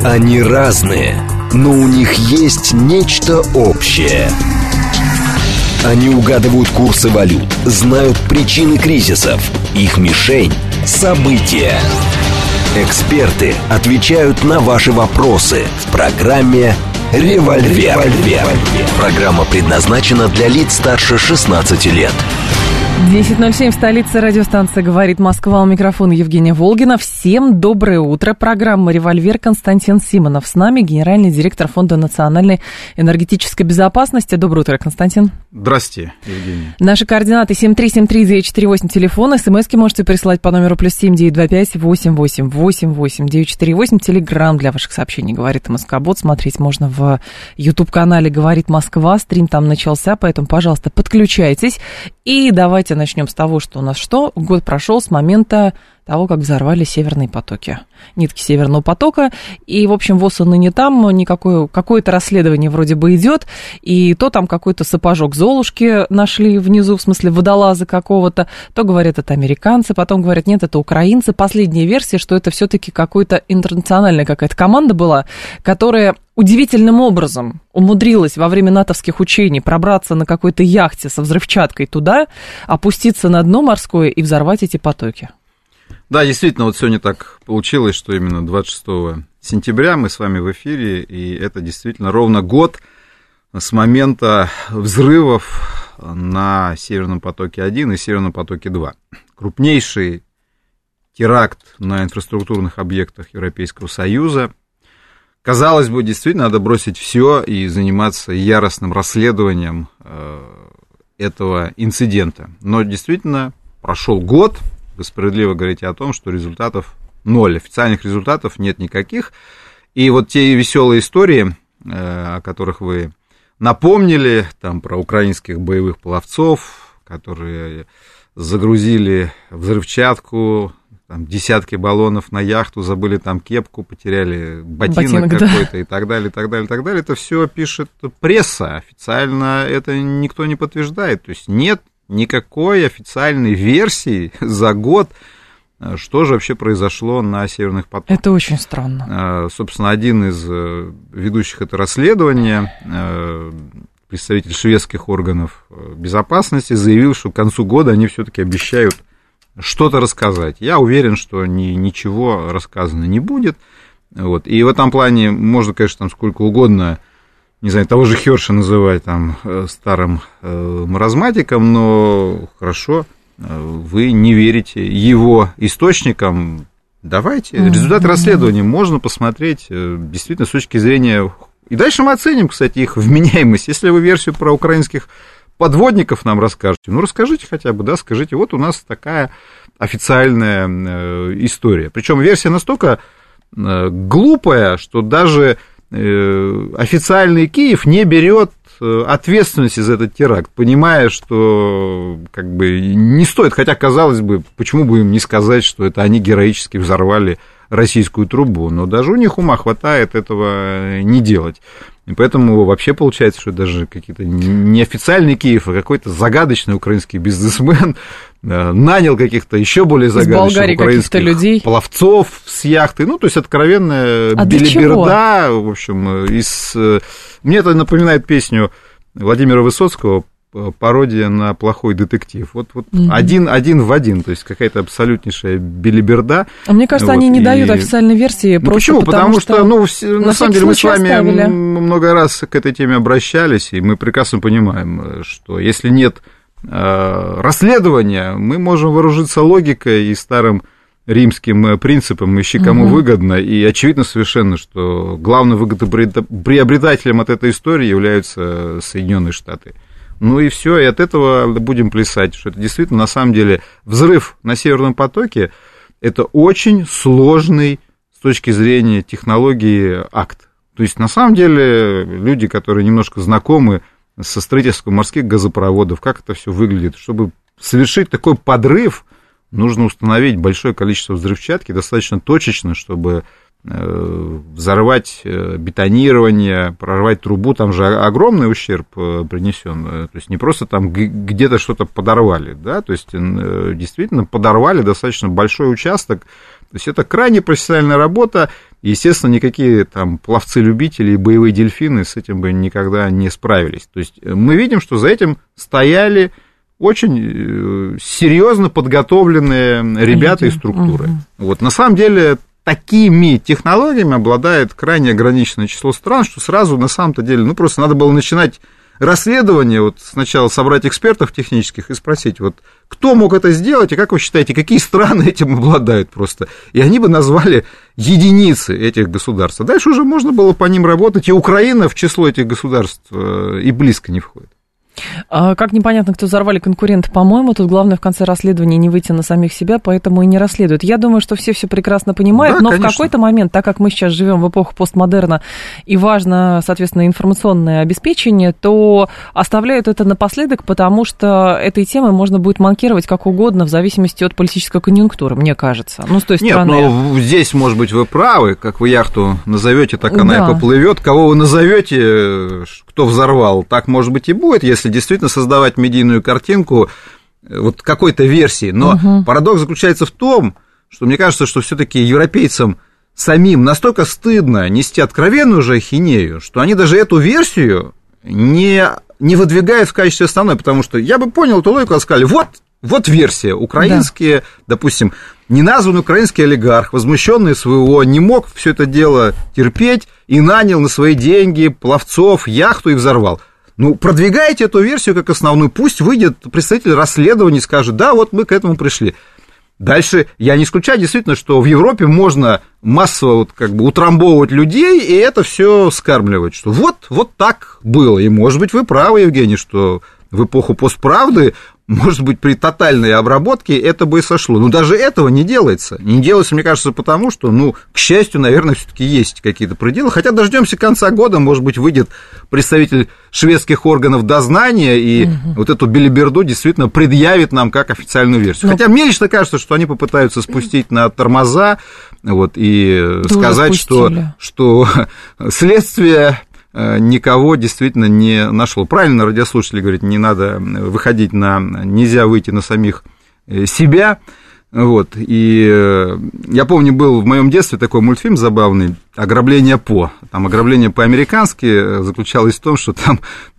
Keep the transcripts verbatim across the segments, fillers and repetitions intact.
Они разные, но у них есть нечто общее. Они угадывают курсы валют, знают причины кризисов. Их мишень – события. Эксперты отвечают на ваши вопросы в программе «Револьвер». Программа предназначена для лиц старше шестнадцати лет. десять ноль семь в столице. Радиостанция «Говорит Москва». У микрофона Евгения Волгина. Всем доброе утро. Программа «Револьвер». Константин Симонов с нами, генеральный директор Фонда национальной энергетической безопасности. Доброе утро, Константин. Здравствуйте, Евгения. Наши координаты семь три семь три девять четыре восемь, телефон. СМСки можете присылать по номеру плюс семь девять два пять восемь восемь восемь восемь девять четыре восемь. Телеграм для ваших сообщений «Говорит МСК-бот». Смотреть можно в YouTube-канале «Говорит Москва». Стрим там начался, поэтому, пожалуйста, подключайтесь. И давайте начнем с того, что у нас что? Год прошел с момента того, как взорвали северные потоки. Нитки Северного потока. И, в общем, ВОЗ ныне там. Никакое, какое-то расследование вроде бы идет. И то там какой-то сапожок Золушки нашли внизу, в смысле водолаза какого-то. То говорят, это американцы, потом говорят, нет, это украинцы. Последняя версия, что это все-таки какая-то интернациональная какая-то команда была, которая удивительным образом умудрилась во время натовских учений пробраться на какой-то яхте со взрывчаткой туда, опуститься на дно морское и взорвать эти потоки. Да, действительно, вот сегодня так получилось, что именно двадцать шестого сентября мы с вами в эфире, и это действительно ровно год с момента взрывов на Северном потоке один и Северном потоке два. Крупнейший теракт на инфраструктурных объектах Европейского Союза. Казалось бы, действительно, надо бросить все и заниматься яростным расследованием этого инцидента. Но действительно, прошел год. Вы справедливо говорите о том, что результатов ноль, официальных результатов нет никаких. И вот те веселые истории, о которых вы напомнили, там про украинских боевых пловцов, которые загрузили взрывчатку, там, десятки баллонов на яхту, забыли там кепку, потеряли ботинок, ботинок какой-то, да. и так далее, и так далее, и так далее. Это все пишет пресса, официально это никто не подтверждает. То есть нет никакой официальной версии за год, что же вообще произошло на Северных потоках. Это очень странно. Собственно, один из ведущих это расследование, представитель шведских органов безопасности, заявил, что к концу года они все-таки обещают что-то рассказать. Я уверен, что ни, ничего рассказано не будет. Вот. И в этом плане можно, конечно, там сколько угодно, не знаю, того же Херша называть там старым э, маразматиком, но хорошо, вы не верите его источникам. Давайте. Mm-hmm. Результаты расследования можно посмотреть действительно с точки зрения... И дальше мы оценим, кстати, их вменяемость. Если вы версию про украинских подводников нам расскажете, ну, расскажите хотя бы, да, скажите, вот у нас такая официальная э, история. Причем версия настолько э, глупая, что даже э, официальный Киев не берет э, ответственности за этот теракт, понимая, что как бы не стоит, хотя, казалось бы, почему бы им не сказать, что это они героически взорвали российскую трубу, но даже у них ума хватает этого не делать. И поэтому вообще получается, что даже какие-то неофициальный Киев, а какой-то загадочный украинский бизнесмен нанял каких-то еще более загадочных украинских людей, пловцов с яхты. Ну, то есть откровенная а белиберда. В общем, из... мне это напоминает песню Владимира Высоцкого «Пародия на плохой детектив». Вот, вот mm-hmm. один, один в один, то есть какая-то абсолютнейшая белиберда. А мне кажется, вот, они не и... дают официальной версии. Ну, почему? Потому, потому что, что, ну, все, на, на самом деле, мы с вами оставили. много раз к этой теме обращались, и мы прекрасно понимаем, что если нет э, расследования, мы можем вооружиться логикой и старым римским принципом «ищи кому угу. выгодно», и очевидно совершенно, что главным выгодоприобретателем от этой истории являются Соединенные Штаты. Ну и все, и от этого будем плясать, что это действительно, на самом деле, взрыв на Северном потоке – это очень сложный с точки зрения технологии акт. То есть, на самом деле, люди, которые немножко знакомы со строительством морских газопроводов, как это все выглядит, чтобы совершить такой подрыв, нужно установить большое количество взрывчатки, достаточно точечно, чтобы взорвать бетонирование, прорвать трубу, там же огромный ущерб принесен, то есть не просто там где-то что-то подорвали, да, то есть действительно подорвали достаточно большой участок, то есть это крайне профессиональная работа, естественно, никакие там пловцы-любители и боевые дельфины с этим бы никогда не справились. То есть мы видим, что за этим стояли очень серьезно подготовленные ребята и структуры. Угу. Вот, на самом деле, такими технологиями обладает крайне ограниченное число стран, что сразу, на самом-то деле, ну, просто надо было начинать расследование, вот сначала собрать экспертов технических и спросить, вот, кто мог это сделать, и как вы считаете, какие страны этим обладают просто? И они бы назвали единицы этих государств. А дальше уже можно было по ним работать, и Украина в число этих государств и близко не входит. А как непонятно, кто взорвали конкурента, по-моему, тут главное в конце расследования не выйти на самих себя, поэтому и не расследуют. Я думаю, что все все прекрасно понимают, да, но конечно. В какой-то момент, так как мы сейчас живем в эпоху постмодерна и важно, соответственно, информационное обеспечение, то оставляют это напоследок, потому что этой темой можно будет манкировать как угодно в зависимости от политической конъюнктуры, мне кажется. Ну, с той стороны... Нет, ну, здесь, может быть, вы правы, как вы яхту назовете, так она да. и поплывет. Кого вы назовете, кто взорвал, так, может быть, и будет, если действительно создавать медийную картинку вот какой-то версии. Но угу. парадокс заключается в том, что мне кажется, что все-таки европейцам самим настолько стыдно нести откровенную же ахинею, что они даже эту версию не, не выдвигают в качестве основной, потому что я бы понял эту логику, сказали, вот, вот версия, украинские, да. допустим, неназванный украинский олигарх, возмущенный СВО, не мог все это дело терпеть и нанял на свои деньги пловцов, яхту и взорвал. Ну, продвигайте эту версию как основную, пусть выйдет представитель расследования и скажет, да, вот мы к этому пришли. Дальше я не исключаю действительно, что в Европе можно массово вот как бы утрамбовывать людей и это все скармливать, что вот, вот так было. И, может быть, вы правы, Евгений, что в эпоху постправды, может быть, при тотальной обработке это бы и сошло. Но даже этого не делается. Не делается, мне кажется, потому что, ну, к счастью, наверное, все-таки есть какие-то пределы. Хотя дождемся конца года, может быть, выйдет представитель шведских органов дознания и угу. вот эту белиберду действительно предъявит нам как официальную версию. Но... Хотя мне лично кажется, что они попытаются спустить на тормоза вот, и да сказать, что, что следствие... никого действительно не нашло. Правильно радиослушатели говорят, не надо выходить на... Нельзя выйти на самих себя. Вот. И я помню, был в моем детстве такой мультфильм забавный «Ограбление По». Там ограбление по-американски заключалось в том, что там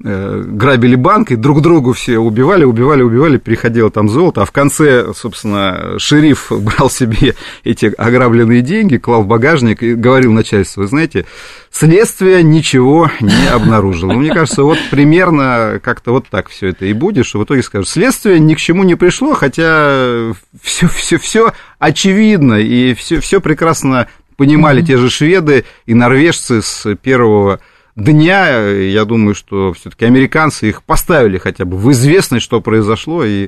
грабили банк, и друг другу все убивали, убивали, убивали, переходило там золото, а в конце, собственно, шериф брал себе эти ограбленные деньги, клал в багажник и говорил начальству, вы знаете, следствие ничего не обнаружило. Ну, мне кажется, вот примерно как-то вот так все это и будет, что в итоге скажут, следствие ни к чему не пришло, хотя все, все, все очевидно, и все, все прекрасно понимали mm-hmm. те же шведы и норвежцы с первого дня. Я думаю, что все-таки американцы их поставили хотя бы в известность, что произошло, и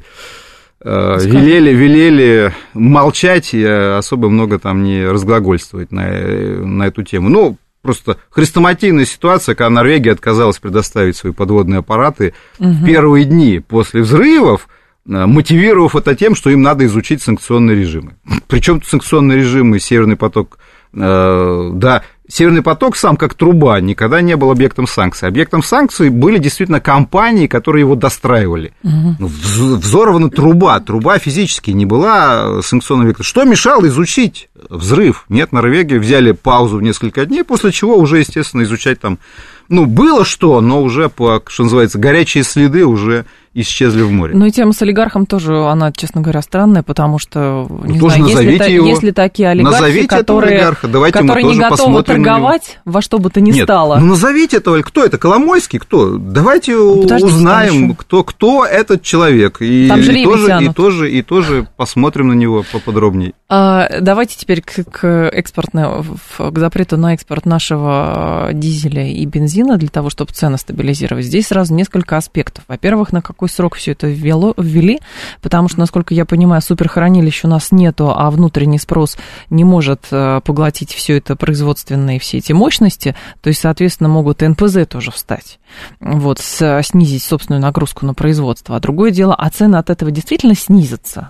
э, велели, велели молчать и особо много там не разглагольствовать на, на эту тему. Ну, просто хрестоматийная ситуация, когда Норвегия отказалась предоставить свои подводные аппараты угу. в первые дни после взрывов, мотивировав это тем, что им надо изучить санкционные режимы. Причем санкционные режимы, Северный поток, э, да, Северный поток сам как труба никогда не был объектом санкций. Объектом санкций были действительно компании, которые его достраивали. Угу. Взорвана труба, труба физически не была санкционным объектом. Что мешало изучить взрыв? Нет, Норвегию взяли паузу в несколько дней, после чего уже, естественно, изучать там, ну, было что, но уже, по, что называется, горячие следы уже исчезли в море. Ну и тема с олигархом тоже, она, честно говоря, странная, потому что, не ну, знаю, если, та, его, если такие олигархи, которые, которые не готовы торговать во что бы то ни Нет, стало. Ну назовите этого, кто это, Коломойский, кто? Давайте Подождите, узнаем, кто, кто этот человек, и, и, тоже, и, тоже, и тоже посмотрим на него поподробнее. А, давайте теперь к, к, экспортной, к запрету на экспорт нашего дизеля и бензина для того, чтобы цены стабилизировать. Здесь сразу несколько аспектов. Во-первых, на какой срок все это ввело, ввели, потому что, насколько я понимаю, суперхранилищ у нас нету, а внутренний спрос не может поглотить все это производственные, все эти мощности, то есть, соответственно, могут эн пэ зэ тоже встать, вот, с, снизить собственную нагрузку на производство. А другое дело, а цены от этого действительно снизятся?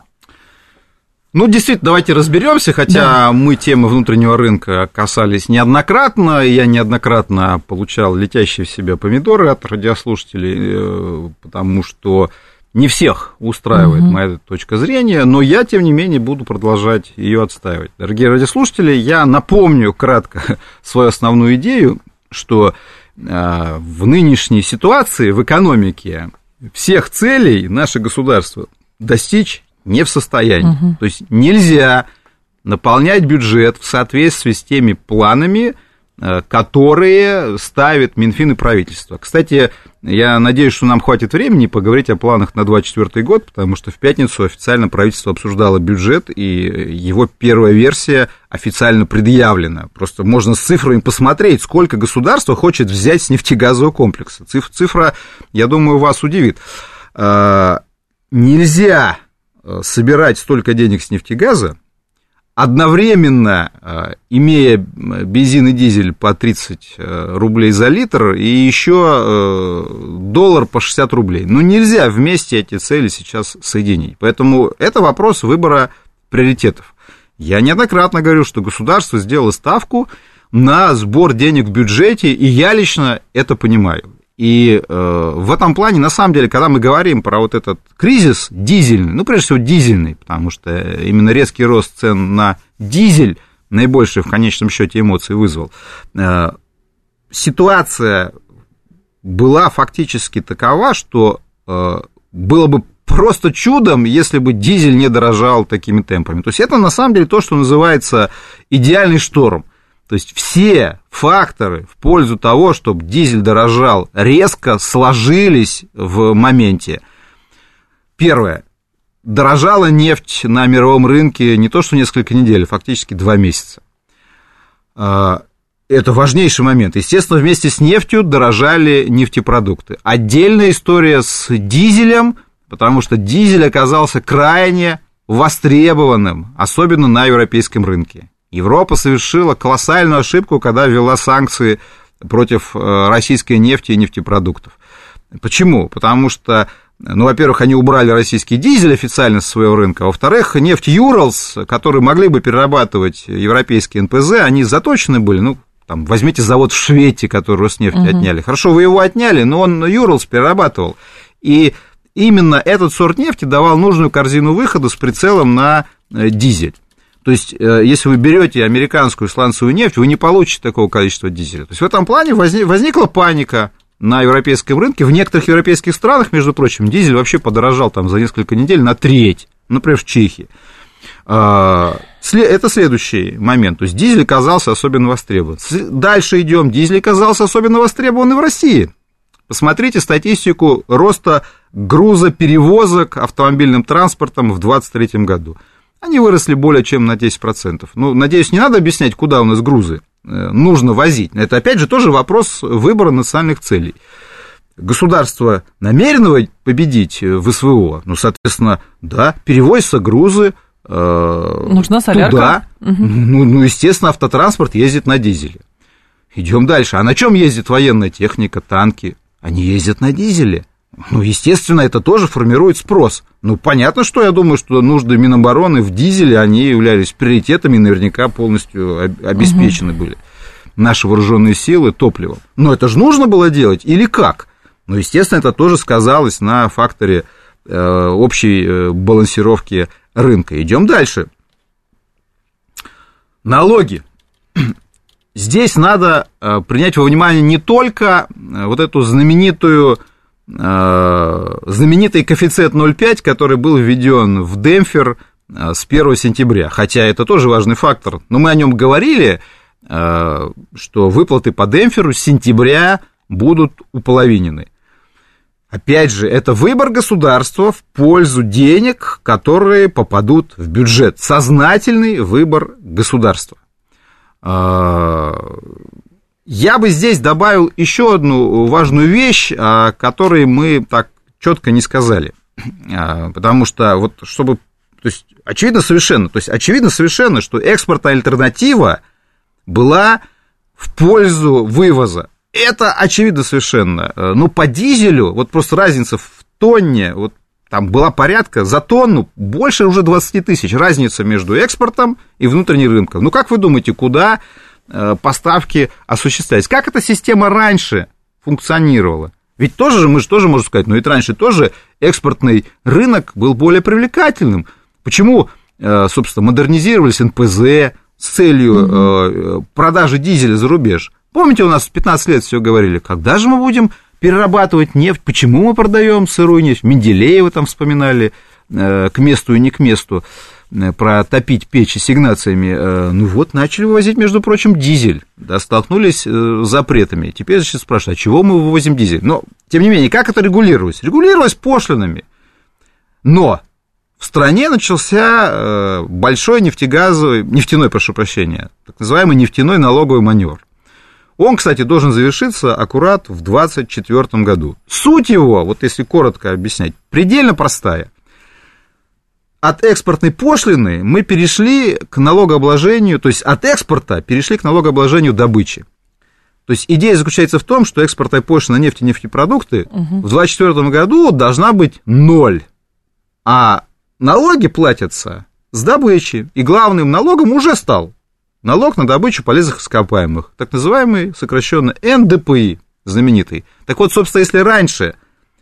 Ну, действительно, давайте разберемся, хотя да. мы темы внутреннего рынка касались неоднократно, и я неоднократно получал летящие в себя помидоры от радиослушателей, потому что Не всех устраивает угу. моя точка зрения, но я, тем не менее, буду продолжать ее отстаивать. Дорогие радиослушатели, я напомню кратко свою основную идею, что э, в нынешней ситуации, в экономике, всех целей наше государство достичь не в состоянии. Угу. То есть нельзя наполнять бюджет в соответствии с теми планами, которые ставит Минфин и правительство. Кстати, я надеюсь, что нам хватит времени поговорить о планах на двадцать четвёртый год, потому что в пятницу официально правительство обсуждало бюджет, и его первая версия официально предъявлена. Просто можно с цифрами посмотреть, сколько государство хочет взять с нефтегазового комплекса. Цифра, я думаю, вас удивит. Нельзя собирать столько денег с нефтегаза, одновременно имея бензин и дизель по тридцать рублей за литр и еще доллар по шестьдесят рублей. Ну, нельзя вместе эти цели сейчас соединить. Поэтому это вопрос выбора приоритетов. Я неоднократно говорю, что государство сделало ставку на сбор денег в бюджете, и я лично это понимаю. И э, в этом плане, на самом деле, когда мы говорим про вот этот кризис дизельный, ну, прежде всего, дизельный, потому что именно резкий рост цен на дизель наибольшие в конечном счете эмоции вызвал, э, ситуация была фактически такова, что э, было бы просто чудом, если бы дизель не дорожал такими темпами. То есть это, на самом деле, то, что называется идеальный шторм. То есть все факторы в пользу того, чтобы дизель дорожал, резко сложились в моменте. Первое. Дорожала нефть на мировом рынке не то что несколько недель, а фактически два месяца. Это важнейший момент. Естественно, вместе с нефтью дорожали нефтепродукты. Отдельная история с дизелем, потому что дизель оказался крайне востребованным, особенно на европейском рынке. Европа совершила колоссальную ошибку, когда ввела санкции против российской нефти и нефтепродуктов. Почему? Потому что, ну, во-первых, они убрали российский дизель официально со своего рынка, а во-вторых, нефть Юралс, которые могли бы перерабатывать европейские эн пэ зэ, они заточены были, ну, там, возьмите завод в Швеции, который Роснефть uh-huh. отняли. Хорошо, вы его отняли, но он Юралс перерабатывал. И именно этот сорт нефти давал нужную корзину выхода с прицелом на дизель. То есть, если вы берете американскую сланцевую нефть, вы не получите такого количества дизеля. То есть, в этом плане возникла паника на европейском рынке. В некоторых европейских странах, между прочим, дизель вообще подорожал там за несколько недель на треть, например, в Чехии. Это следующий момент. То есть, дизель оказался особенно востребован. Дальше идем. Дизель оказался особенно востребован и в России. Посмотрите статистику роста грузоперевозок автомобильным транспортом в двадцать третьем году. Они выросли более чем на десять процентов. Ну, надеюсь, не надо объяснять, куда у нас грузы нужно возить. Это, опять же, тоже вопрос выбора национальных целей. Государство намерено победить в эс вэ о, ну, соответственно, да, перевозятся грузы э, нужна солярка. Туда. Угу. Ну, ну, естественно, автотранспорт ездит на дизеле. Идем дальше. А на чем ездит военная техника, танки? Они ездят на дизеле. Ну, естественно, это тоже формирует спрос. Ну, понятно, что я думаю, что нужды Минобороны в дизеле, они являлись приоритетами и наверняка полностью обеспечены угу. были. Наши вооруженные силы топливом. Но это же нужно было делать или как? Ну, естественно, это тоже сказалось на факторе э, общей э, балансировки рынка. Идем дальше. Налоги. Здесь надо э, принять во внимание не только э, вот эту знаменитую знаменитый коэффициент ноль целых пять, который был введен в демпфер с первого сентября, хотя это тоже важный фактор, но мы о нем говорили, что выплаты по демпферу с сентября будут уполовинены. Опять же, это выбор государства в пользу денег, которые попадут в бюджет, сознательный выбор государства. Я бы здесь добавил еще одну важную вещь, о которой мы так четко не сказали, потому что вот чтобы, то есть очевидно совершенно, то есть очевидно совершенно, что экспортная альтернатива была в пользу вывоза. Это очевидно совершенно. Но по дизелю вот просто разница в тонне, вот там была порядка за тонну больше уже двадцать тысяч, разница между экспортом и внутренним рынком. Ну как вы думаете, куда поставки осуществлялись? Как эта система раньше функционировала? Ведь тоже, мы же тоже можем сказать, ну, ведь раньше тоже экспортный рынок был более привлекательным. Почему, собственно, модернизировались эн пэ зэ с целью угу. продажи дизеля за рубеж? Помните, у нас в пятнадцать лет все говорили, когда же мы будем перерабатывать нефть, почему мы продаем сырую нефть? Менделеева там вспоминали, к месту и не к месту, про топить печь ассигнациями. Ну вот, начали вывозить, между прочим, дизель, да, столкнулись с запретами. Теперь сейчас спрашивают, а чего мы вывозим дизель? Но, тем не менее, как это регулировалось? Регулировалось пошлинами. Но в стране начался большой нефтегазовый, нефтяной, прошу прощения, так называемый нефтяной налоговый маневр. Он, кстати, должен завершиться аккурат в двадцать четвёртом году. Суть его, вот если коротко объяснять, предельно простая. От экспортной пошлины мы перешли к налогообложению, то есть от экспорта перешли к налогообложению добычи. То есть идея заключается в том, что экспортная пошлина на нефть и нефтепродукты угу. в двадцать четвёртом году должна быть ноль, а налоги платятся с добычи, и главным налогом уже стал налог на добычу полезных ископаемых, так называемый сокращенно эн дэ пэ и, знаменитый. Так вот, собственно, если раньше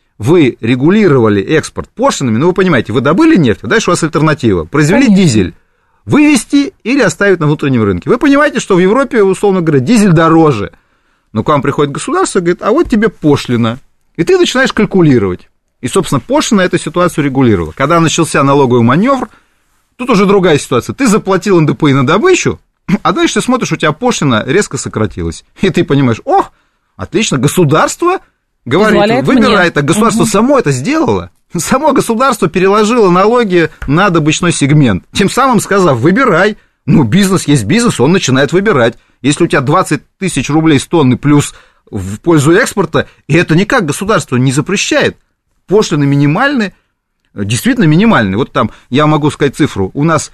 вы регулировали экспорт пошлинами, ну, вы понимаете, вы добыли нефть, а дальше у вас альтернатива. Произвели Конечно. Дизель, вывести или оставить на внутреннем рынке. Вы понимаете, что в Европе, условно говоря, дизель дороже. Но к вам приходит государство и говорит, а вот тебе пошлина. И ты начинаешь калькулировать. И, собственно, пошлина эту ситуацию регулировала. Когда начался налоговый маневр, тут уже другая ситуация. Ты заплатил эн дэ пэ и на добычу, а дальше ты смотришь, у тебя пошлина резко сократилась. И ты понимаешь, о, отлично, государство... Говорит, выбирает, а государство угу. само это сделало. Само государство переложило налоги на добычной сегмент, тем самым сказав, выбирай. Ну, бизнес есть бизнес, он начинает выбирать. Если у тебя двадцать тысяч рублей с тонны плюс в пользу экспорта, и это никак государство не запрещает. Пошлины минимальны, действительно минимальны. Вот там, я могу сказать цифру, у нас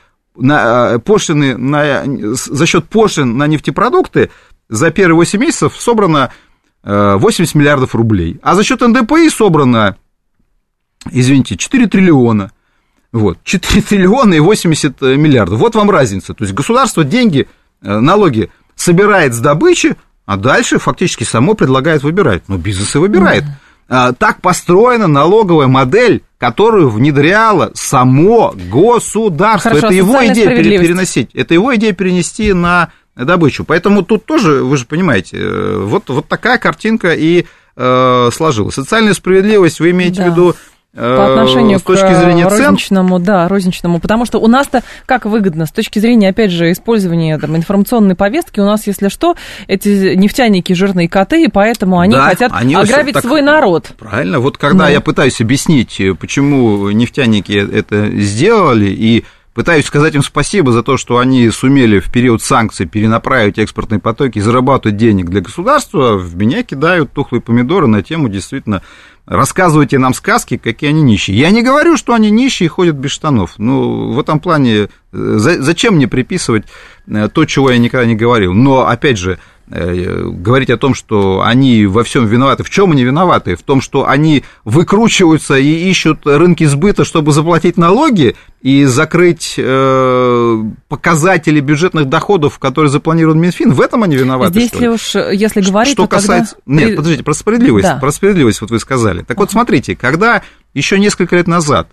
на пошлины, на, за счет пошлин на нефтепродукты за первые восемь месяцев собрано восемьдесят миллиардов рублей, а за счет эн дэ пэ и собрано, извините, четыре триллиона. Вот, четыре триллиона и восемьдесят миллиардов. Вот вам разница. То есть государство деньги, налоги собирает с добычи, а дальше фактически само предлагает выбирать. Но бизнес и выбирает. Mm-hmm. Так построена налоговая модель, которую внедряло само государство. Хорошо, это его идея переносить. Это его идея перенести на добычу. Поэтому тут тоже, вы же понимаете, вот, вот такая картинка и э, сложилась. Социальная справедливость, вы имеете да. в виду э, по отношению с точки к зрения розничному, цен? Да, розничному, потому что у нас-то как выгодно, с точки зрения, опять же, использования там, информационной повестки, у нас, если что, эти нефтяники жирные коты, и поэтому они да, хотят они ограбить так, свой народ. Правильно, вот когда ну. я пытаюсь объяснить, почему нефтяники это сделали, и пытаюсь сказать им спасибо за то, что они сумели в период санкций перенаправить экспортные потоки и зарабатывать денег для государства, в меня кидают тухлые помидоры на тему, действительно, рассказывайте нам сказки, какие они нищие. Я не говорю, что они нищие и ходят без штанов. Ну, в этом плане, зачем мне приписывать то, чего я никогда не говорил? Но, опять же, говорить о том, что они во всем виноваты. В чем они виноваты? В том, что они выкручиваются и ищут рынки сбыта, чтобы заплатить налоги и закрыть э, показатели бюджетных доходов, которые запланирован Минфин. В этом они виноваты. Здесь ли уж, если говорить, что то касается... Тогда... Нет, подождите, про справедливость. Да. Про справедливость, вот вы сказали. Так вот, смотрите, когда еще несколько лет назад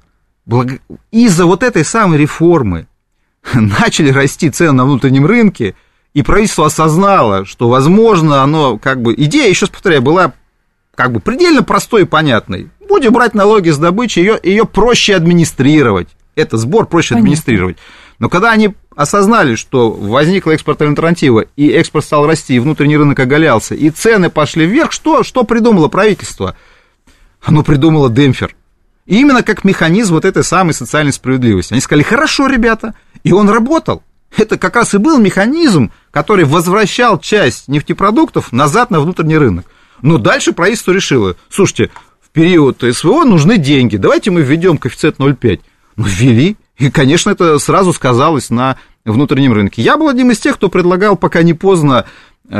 из-за вот этой самой реформы начали расти цены на внутреннем рынке, и правительство осознало, что, возможно, оно как бы... Идея, еще раз повторяю, была как бы предельно простой и понятной. Будем брать налоги с добычи, ее, ее проще администрировать. Это сбор проще Понятно. Администрировать. Но когда они осознали, что возникла экспортная альтернатива, и экспорт стал расти, и внутренний рынок оголялся, и цены пошли вверх, что, что придумало правительство? Оно придумало демпфер. И именно как механизм вот этой самой социальной справедливости. Они сказали, хорошо, ребята, и он работал. Это как раз и был механизм, который возвращал часть нефтепродуктов назад на внутренний рынок. Но дальше правительство решило, слушайте, в период эс вэ о нужны деньги, давайте мы введем коэффициент ноль целых пять. Ну, ввели, и, конечно, это сразу сказалось на внутреннем рынке. Я был одним из тех, кто предлагал, пока не поздно, э,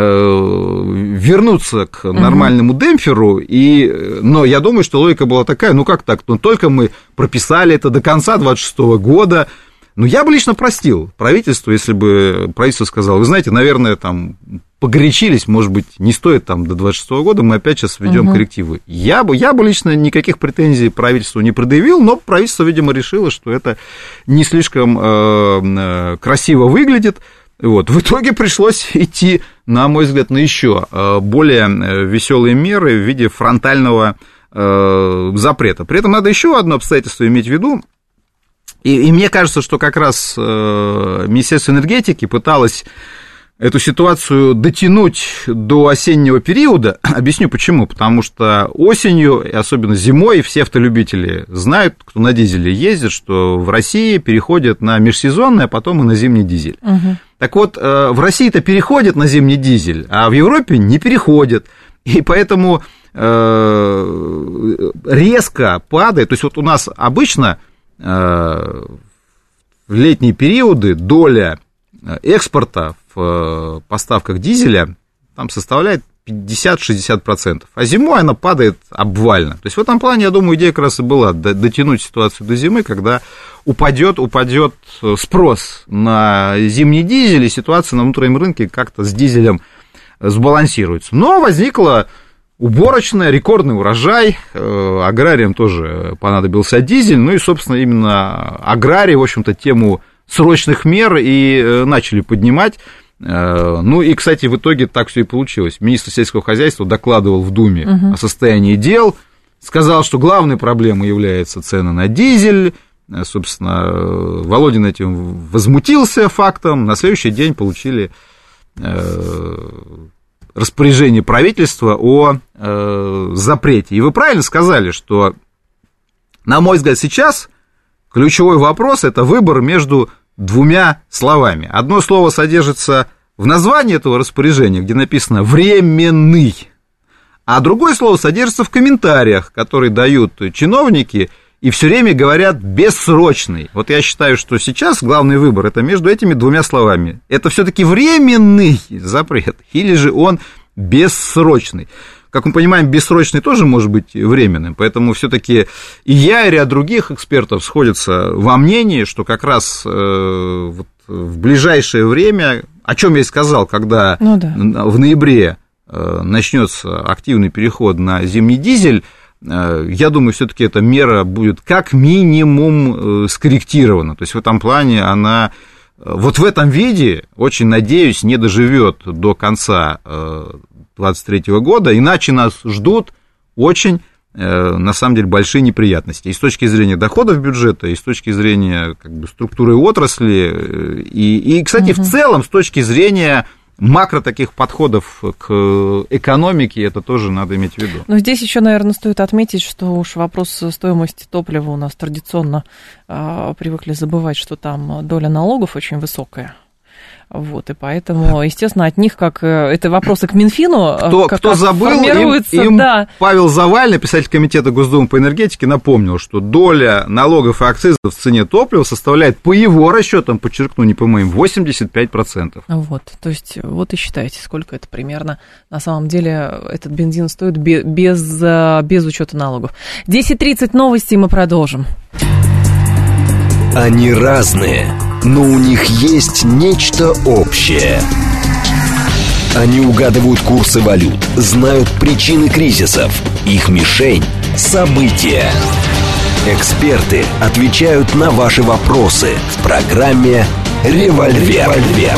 вернуться к нормальному угу. демпферу, и, но я думаю, что логика была такая, ну как так, ну только мы прописали это до конца двадцать шестого года. Ну, я бы лично простил правительство, если бы правительство сказало, вы знаете, наверное, там погорячились, может быть, не стоит там до двадцать шестого года, мы опять сейчас введем угу. коррективы. Я бы, я бы лично никаких претензий правительству не предъявил, но правительство, видимо, решило, что это не слишком э, красиво выглядит. Вот. В итоге пришлось идти, на мой взгляд, на еще более веселые меры в виде фронтального э, запрета. При этом надо еще одно обстоятельство иметь в виду. И, и мне кажется, что как раз э, Министерство энергетики пыталось эту ситуацию дотянуть до осеннего периода. Объясню почему. Потому что осенью, и особенно зимой, все автолюбители знают, кто на дизеле ездит, что в России переходят на межсезонный, а потом и на зимний дизель. Угу. Так вот, в России-то переходят на зимний дизель, а в Европе не переходят. И поэтому резко падает. То есть вот у нас обычно в летние периоды доля экспорта в поставках дизеля там составляет пятьдесят-шестьдесят процентов, а зимой она падает обвально. То есть в этом плане, я думаю, идея как раз и была дотянуть ситуацию до зимы, когда упадет, упадет спрос на зимний дизель, и ситуация на внутреннем рынке как-то с дизелем сбалансируется. Но возникла уборочная, рекордный урожай, аграриям тоже понадобился дизель, ну и, собственно, именно аграрии, в общем-то, тему срочных мер и начали поднимать. Ну и, кстати, в итоге так все и получилось. Министр сельского хозяйства докладывал в Думе угу. о состоянии дел, сказал, что главной проблемой является цена на дизель. Собственно, Володин этим возмутился фактом. На следующий день получили распоряжение правительства о запрете. И вы правильно сказали, что, на мой взгляд, сейчас ключевой вопрос – это выбор между двумя словами. Одно слово содержится в названии этого распоряжения, где написано «временный», а другое слово содержится в комментариях, которые дают чиновники, и все время говорят «бессрочный». Вот я считаю, что сейчас главный выбор – это между этими двумя словами. Это все-таки временный запрет или же он бессрочный? Как мы понимаем, бессрочный тоже может быть временным, поэтому все-таки и я, и ряд других экспертов сходятся во мнении, что как раз э, вот в ближайшее время, о чем я и сказал, когда ну, да. в ноябре э, начнется активный переход на зимний дизель, э, я думаю, все-таки эта мера будет как минимум э, скорректирована. То есть в этом плане она вот в этом виде, очень надеюсь, не доживет до конца э, двадцать третьего года, иначе нас ждут очень, на самом деле, большие неприятности. И с точки зрения доходов бюджета, и с точки зрения как бы, структуры отрасли, и, и кстати, угу. в целом, с точки зрения макро таких подходов к экономике, это тоже надо иметь в виду. Но здесь еще, наверное, стоит отметить, что уж вопрос стоимости топлива у нас традиционно э, привыкли забывать, что там доля налогов очень высокая. Вот, и поэтому, естественно, от них, как это вопросы к Минфину, кто, как кто забыл, формируется, им, им да. Павел Завальный, председатель комитета Госдумы по энергетике, напомнил, что доля налогов и акцизов в цене топлива составляет, по его расчетам, подчеркну, не по моим, восемьдесят пять процентов. Вот, то есть, вот и считайте, сколько это примерно, на самом деле, этот бензин стоит без, без, без учета налогов. десять тридцать новости, мы продолжим. Они разные, но у них есть нечто общее. Они угадывают курсы валют, знают причины кризисов, их мишень – события. Эксперты отвечают на ваши вопросы в программе «Револьвер».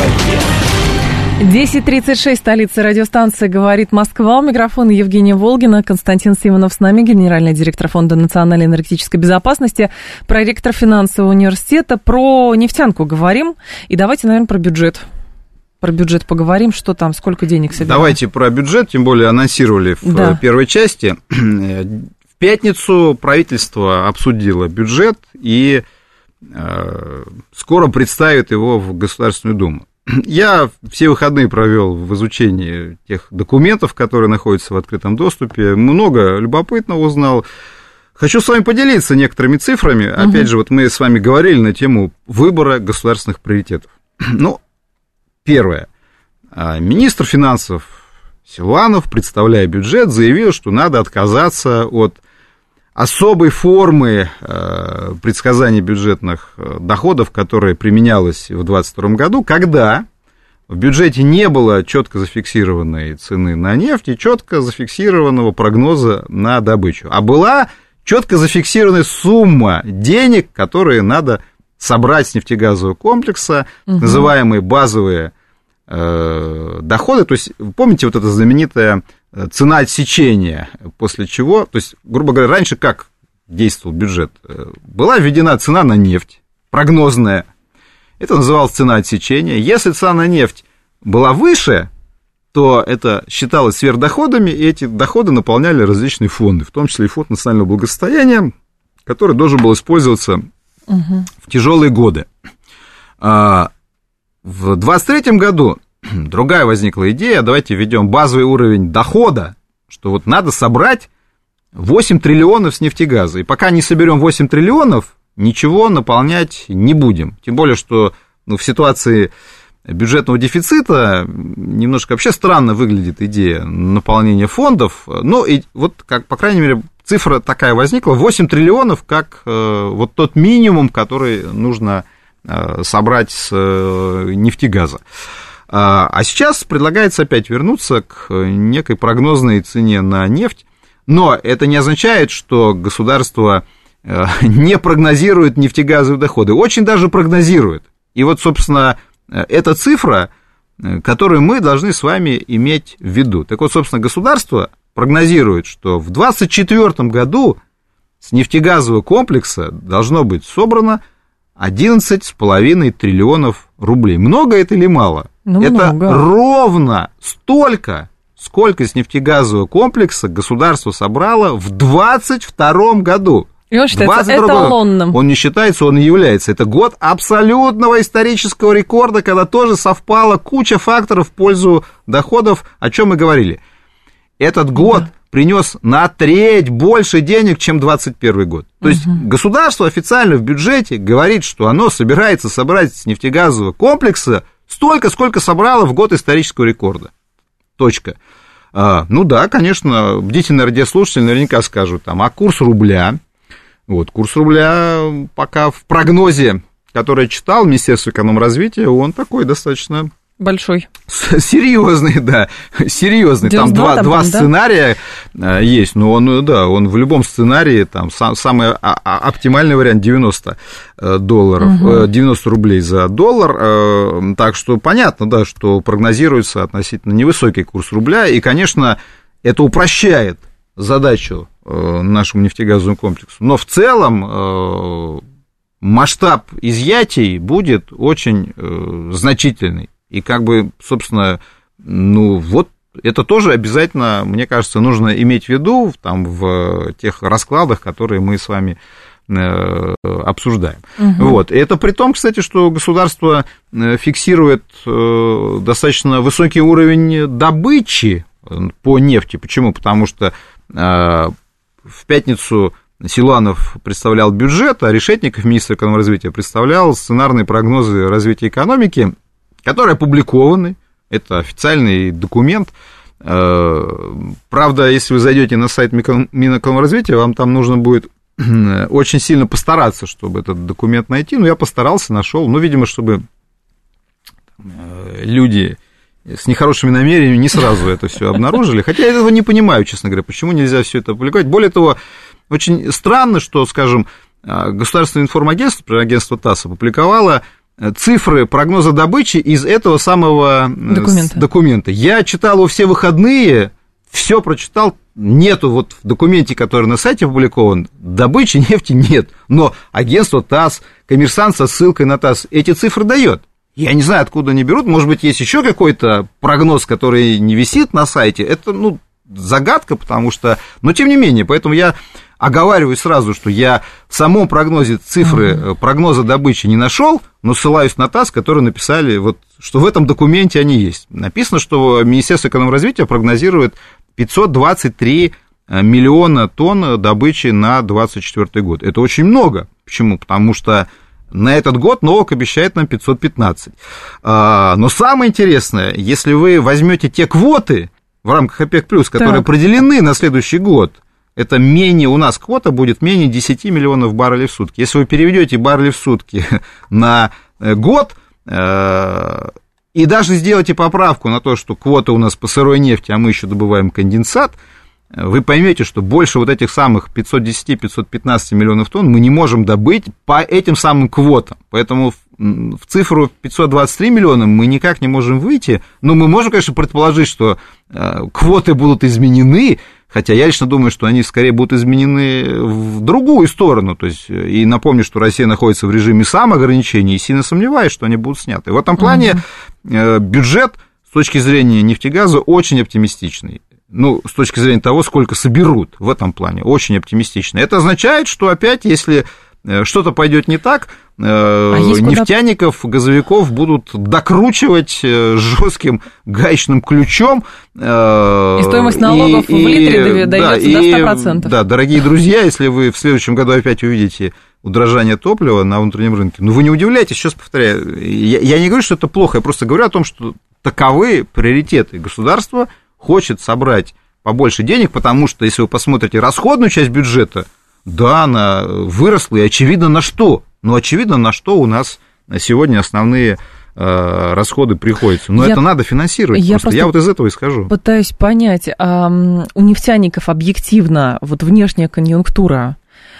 десять тридцать шесть, столица радиостанции «Говорит Москва». У микрофона Евгения Волгина, Константин Симонов с нами, генеральный директор Фонда национальной энергетической безопасности, проректор финансового университета. Про нефтянку говорим. И давайте, наверное, про бюджет. Про бюджет поговорим, что там, сколько денег собираем. Давайте про бюджет, тем более анонсировали в да. первой части. В пятницу правительство обсудило бюджет и э, скоро представит его в Государственную Думу. Я все выходные провел в изучении тех документов, которые находятся в открытом доступе. Много любопытного узнал. Хочу с вами поделиться некоторыми цифрами. Угу. Опять же, вот мы с вами говорили на тему выбора государственных приоритетов. Ну, первое. Министр финансов Силуанов, представляя бюджет, заявил, что надо отказаться от особой формы э, предсказания бюджетных доходов, которая применялась в двадцать втором году, когда в бюджете не было четко зафиксированной цены на нефть и четко зафиксированного прогноза на добычу, а была четко зафиксированная сумма денег, которые надо собрать с нефтегазового комплекса, угу. называемые базовые э, доходы. То есть, помните, вот эта знаменитая цена отсечения, после чего, то есть, грубо говоря, раньше как действовал бюджет? Была введена цена на нефть, прогнозная. Это называлось цена отсечения. Если цена на нефть была выше, то это считалось сверхдоходами, и эти доходы наполняли различные фонды, в том числе и фонд национального благосостояния, который должен был использоваться угу. в тяжелые годы. В двадцать третьем году другая возникла идея: давайте введем базовый уровень дохода, что вот надо собрать восемь триллионов с нефтегаза, и пока не соберем восемь триллионов, ничего наполнять не будем. Тем более, что ну, в ситуации бюджетного дефицита немножко вообще странно выглядит идея наполнения фондов. Ну, и вот, как, по крайней мере, цифра такая возникла: восемь триллионов, как э, вот тот минимум, который нужно э, собрать с э, нефтегаза. А сейчас предлагается опять вернуться к некой прогнозной цене на нефть, но это не означает, что государство не прогнозирует нефтегазовые доходы, очень даже прогнозирует. И вот, собственно, эта цифра, которую мы должны с вами иметь в виду. Так вот, собственно, государство прогнозирует, что в двадцать четвёртом году с нефтегазового комплекса должно быть собрано одиннадцать с половиной триллионов рублей. Много это или мало? Ну, это много. Ровно столько, сколько с нефтегазового комплекса государство собрало в двадцать втором году. И он считается эталонным. Он не считается, он и является. Это год абсолютного исторического рекорда, когда тоже совпала куча факторов в пользу доходов, о чем мы говорили. Этот год да. принес на треть больше денег, чем двадцать первый год. То угу. есть государство официально в бюджете говорит, что оно собирается собрать с нефтегазового комплекса столько, сколько собрало в год исторического рекорда. Точка. А, ну да, конечно, бдительные радиослушатели наверняка скажут, там, а курс рубля? Вот, курс рубля пока в прогнозе, который я читал, Министерство экономразвития, он такой достаточно... Большой. Серьезный, да, серьезный. Там два, там, два сценария да? есть, но он, да, он в любом сценарии, там, сам, самый оптимальный вариант девяносто долларов, угу. девяносто рублей за доллар, так что понятно, да, что прогнозируется относительно невысокий курс рубля, и, конечно, это упрощает задачу нашему нефтегазовому комплексу, но в целом масштаб изъятий будет очень значительный. И как бы, собственно, ну вот это тоже обязательно, мне кажется, нужно иметь в виду там, в тех раскладах, которые мы с вами э, обсуждаем. Угу. Вот. И это при том, кстати, что государство фиксирует э, достаточно высокий уровень добычи по нефти. Почему? Потому что э, в пятницу Силуанов представлял бюджет, а Решетников, министр экономразвития, представлял сценарные прогнозы развития экономики, которые опубликованы, это официальный документ. Правда, если вы зайдете на сайт Минэкономразвития, вам там нужно будет очень сильно постараться, чтобы этот документ найти. Но я постарался, нашел. Ну, видимо, чтобы люди с нехорошими намерениями не сразу это все обнаружили. Хотя я этого не понимаю, честно говоря, почему нельзя все это опубликовать. Более того, очень странно, что, скажем, Государственное информагентство, например, агентство ТАСС, опубликовало цифры прогноза добычи из этого самого документа. документа. Я читал его все выходные, все прочитал, нету вот в документе, который на сайте опубликован, добычи нефти нет. Но агентство ТАСС, Коммерсант со ссылкой на ТАСС эти цифры дает. Я не знаю, откуда они берут, может быть, есть еще какой-то прогноз, который не висит на сайте. Это, ну, загадка, потому что... Но, тем не менее, поэтому я оговариваю сразу, что я в самом прогнозе цифры uh-huh. прогноза добычи не нашел, но ссылаюсь на ТАСС, которые написали, вот, что в этом документе они есть. Написано, что Министерство экономразвития прогнозирует пятьсот двадцать три миллиона тонн добычи на двадцать четвёртый год. Это очень много. Почему? Потому что на этот год НОВАК обещает нам пятьсот пятнадцать. Но самое интересное, если вы возьмете те квоты в рамках ОПЕК+, которые так. определены на следующий год, это менее, у нас квота будет менее десять миллионов баррелей в сутки. Если вы переведете баррели в сутки на год, и и даже сделайте поправку на то, что квота у нас по сырой нефти, а мы еще добываем конденсат, вы поймете, что больше вот этих самых пятьсот десять - пятьсот пятнадцать миллионов тонн мы не можем добыть по этим самым квотам. Поэтому в цифру пятьсот двадцать три миллиона мы никак не можем выйти. Но мы можем, конечно, предположить, что квоты будут изменены, хотя я лично думаю, что они скорее будут изменены в другую сторону. То есть, и напомню, что Россия находится в режиме самоограничений, и сильно сомневаюсь, что они будут сняты. В этом плане uh-huh. бюджет с точки зрения нефтегаза очень оптимистичный. Ну, с точки зрения того, сколько соберут в этом плане, очень оптимистично. Это означает, что опять, если что-то пойдет не так, а нефтяников, куда... газовиков будут докручивать жестким гаечным ключом. И стоимость налогов и, в литре дойдется да, до ста процентов. Да, дорогие друзья, если вы в следующем году опять увидите удорожание топлива на внутреннем рынке, ну, вы не удивляйтесь, сейчас повторяю, я, я не говорю, что это плохо, я просто говорю о том, что таковы приоритеты государства. Хочет собрать побольше денег, потому что, если вы посмотрите расходную часть бюджета, да, она выросла, и очевидно на что. Ну, очевидно, на что у нас сегодня основные э, расходы приходятся. Но я, это надо финансировать. Я, просто я вот из этого исхожу. Пытаюсь понять, а у нефтяников объективно вот внешняя конъюнктура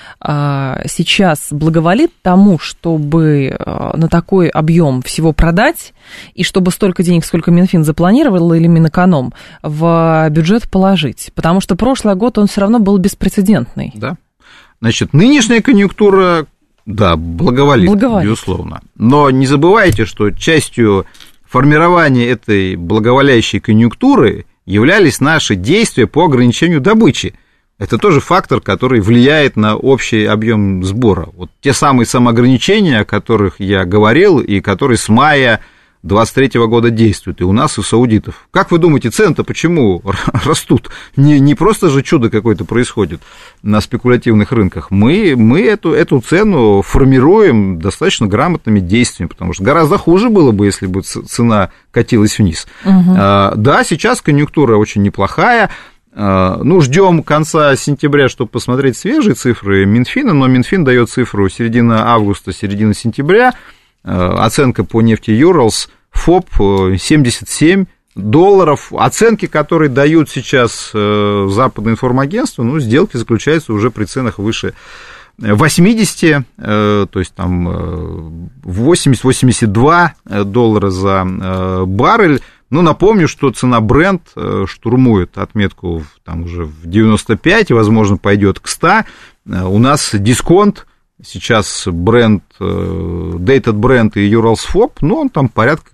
сейчас благоволит тому, чтобы на такой объем всего продать, и чтобы столько денег, сколько Минфин запланировал, или Минэконом, в бюджет положить? Потому что прошлый год, он все равно был беспрецедентный. Да. Значит, нынешняя конъюнктура, да, благоволит, благоволит, безусловно. Но не забывайте, что частью формирования этой благоволящей конъюнктуры являлись наши действия по ограничению добычи. Это тоже фактор, который влияет на общий объем сбора. Вот те самые самоограничения, о которых я говорил, и которые с мая двадцать третьего года действуют и у нас, и у саудитов. Как вы думаете, цены-то почему растут? Не, не просто же чудо какое-то происходит на спекулятивных рынках. Мы, мы эту, эту цену формируем достаточно грамотными действиями, потому что гораздо хуже было бы, если бы цена катилась вниз. Угу. А, да, сейчас конъюнктура очень неплохая. Ну, ждем конца сентября, чтобы посмотреть свежие цифры Минфина, но Минфин дает цифру середина августа, середина сентября, оценка по нефти Юралс, ФОП семьдесят семь долларов, оценки, которые дают сейчас западное информагентство, ну, сделки заключаются уже при ценах выше восемьдесят, то есть там восемьдесят - восемьдесят два доллара за баррель. Ну, напомню, что цена Brent штурмует отметку там уже в девяносто пять, и, возможно, пойдет к ста. У нас дисконт, сейчас Brent, Dated Brent и Urals ФОП, ну, он там порядка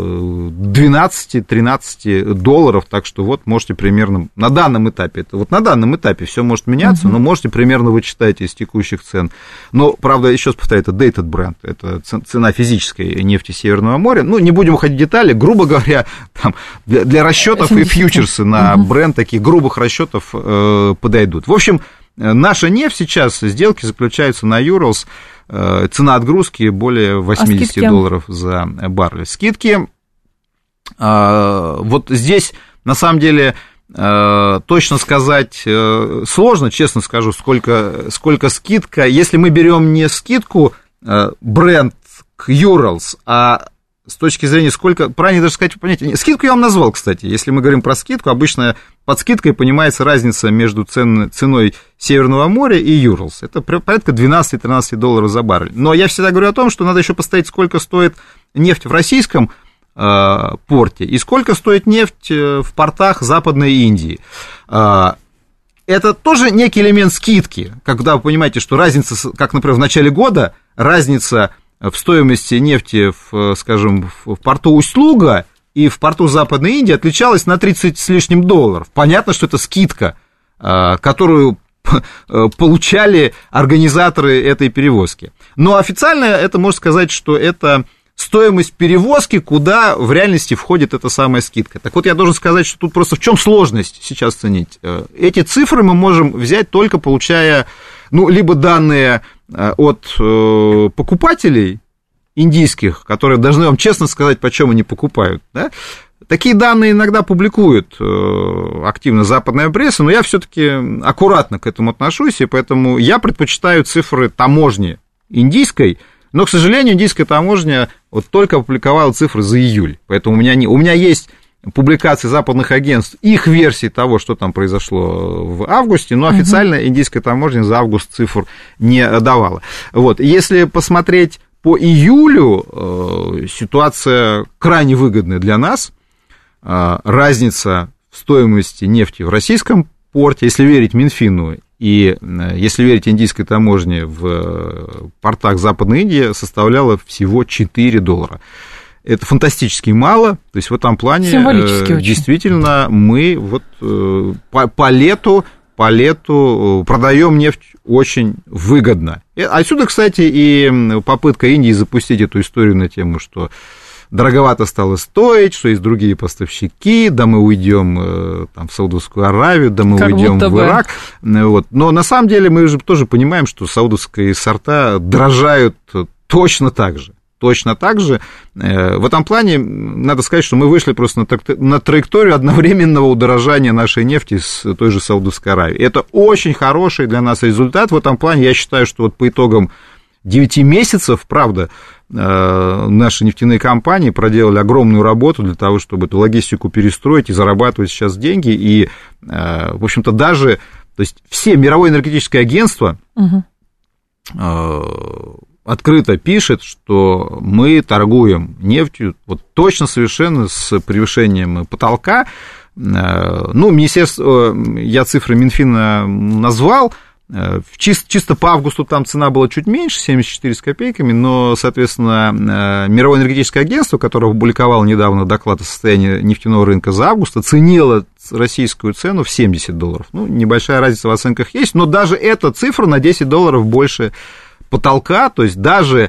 двенадцать-тринадцать долларов, так что вот можете примерно на данном этапе, это вот на данном этапе все может меняться, uh-huh. но можете примерно вычитать из текущих цен. Но, правда, еще раз повторяю, это Dated Brent, это цена физической нефти Северного моря. Ну, не будем уходить в детали, грубо говоря, там, для, для расчетов и фьючерсы на uh-huh. Brent таких грубых расчетов э, подойдут. В общем, наша нефть сейчас, сделки заключаются на Urals, цена отгрузки более восемьдесят а долларов за баррель. Скидки, вот здесь, на самом деле, точно сказать сложно, честно скажу, сколько, сколько скидка. Если мы берем не скидку Brent к Urals, а с точки зрения, сколько, правильно даже сказать, понятие, скидку я вам назвал, кстати, если мы говорим про скидку, обычно под скидкой понимается разница между цен, ценой Северного моря и Юралс, это порядка двенадцать-тринадцать долларов за баррель, но я всегда говорю о том, что надо еще посмотреть, сколько стоит нефть в российском э, порте и сколько стоит нефть в портах Западной Индии. Э, это тоже некий элемент скидки, когда вы понимаете, что разница, как, например, в начале года, разница в стоимости нефти, в, скажем, в порту Усть-Луга и в порту Западной Индии отличалась на тридцать с лишним долларов. Понятно, что это скидка, которую получали организаторы этой перевозки. Но официально это можно сказать, что это стоимость перевозки, куда в реальности входит эта самая скидка. Так вот, я должен сказать, что тут просто в чем сложность сейчас ценить. Эти цифры мы можем взять только получая, ну, либо данные от покупателей индийских, которые должны вам честно сказать, почем они покупают, да? Такие данные иногда публикует активно западная пресса, но я все-таки аккуратно к этому отношусь, и поэтому я предпочитаю цифры таможни индийской, Но, к сожалению, индийская таможня вот только опубликовала цифры за июль. Поэтому у меня, не, у меня есть публикации западных агентств, их версии того, что там произошло в августе, но официально uh-huh. индийская таможня за август цифр не давала. Вот. Если посмотреть по июлю, э, ситуация крайне выгодная для нас. Э, разница в стоимости нефти в российском порте, если верить Минфину, и э, если верить индийской таможне в э, портах Западной Индии, составляла всего четыре доллара. Это фантастически мало, то есть в этом плане э, действительно мы вот э, по, по лету, по лету продаем нефть очень выгодно. И отсюда, кстати, и попытка Индии запустить эту историю на тему, что дороговато стало стоить, что есть другие поставщики, да мы уйдем э, там, в Саудовскую Аравию, да мы как уйдем в Ирак. Вот. Но на самом деле мы же тоже понимаем, что саудовские сорта дорожают точно так же. Точно так же. В этом плане надо сказать, что мы вышли просто на траекторию одновременного удорожания нашей нефти с той же Саудовской Аравии. Это очень хороший для нас результат. В этом плане я считаю, что вот по итогам девяти месяцев, правда, наши нефтяные компании проделали огромную работу для того, чтобы эту логистику перестроить и зарабатывать сейчас деньги. И, в общем-то, даже то есть все мировое энергетическое агентство угу. открыто пишет, что мы торгуем нефтью вот точно совершенно с превышением потолка. Ну, министерство, я цифры Минфина назвал, чисто, чисто по августу там цена была чуть меньше, семьдесят четыре с копейками, но, соответственно, Мировое энергетическое агентство, которое опубликовало недавно доклад о состоянии нефтяного рынка за август, оценило российскую цену в семьдесят долларов. Ну, небольшая разница в оценках есть, но даже эта цифра на десять долларов больше потолка, то есть даже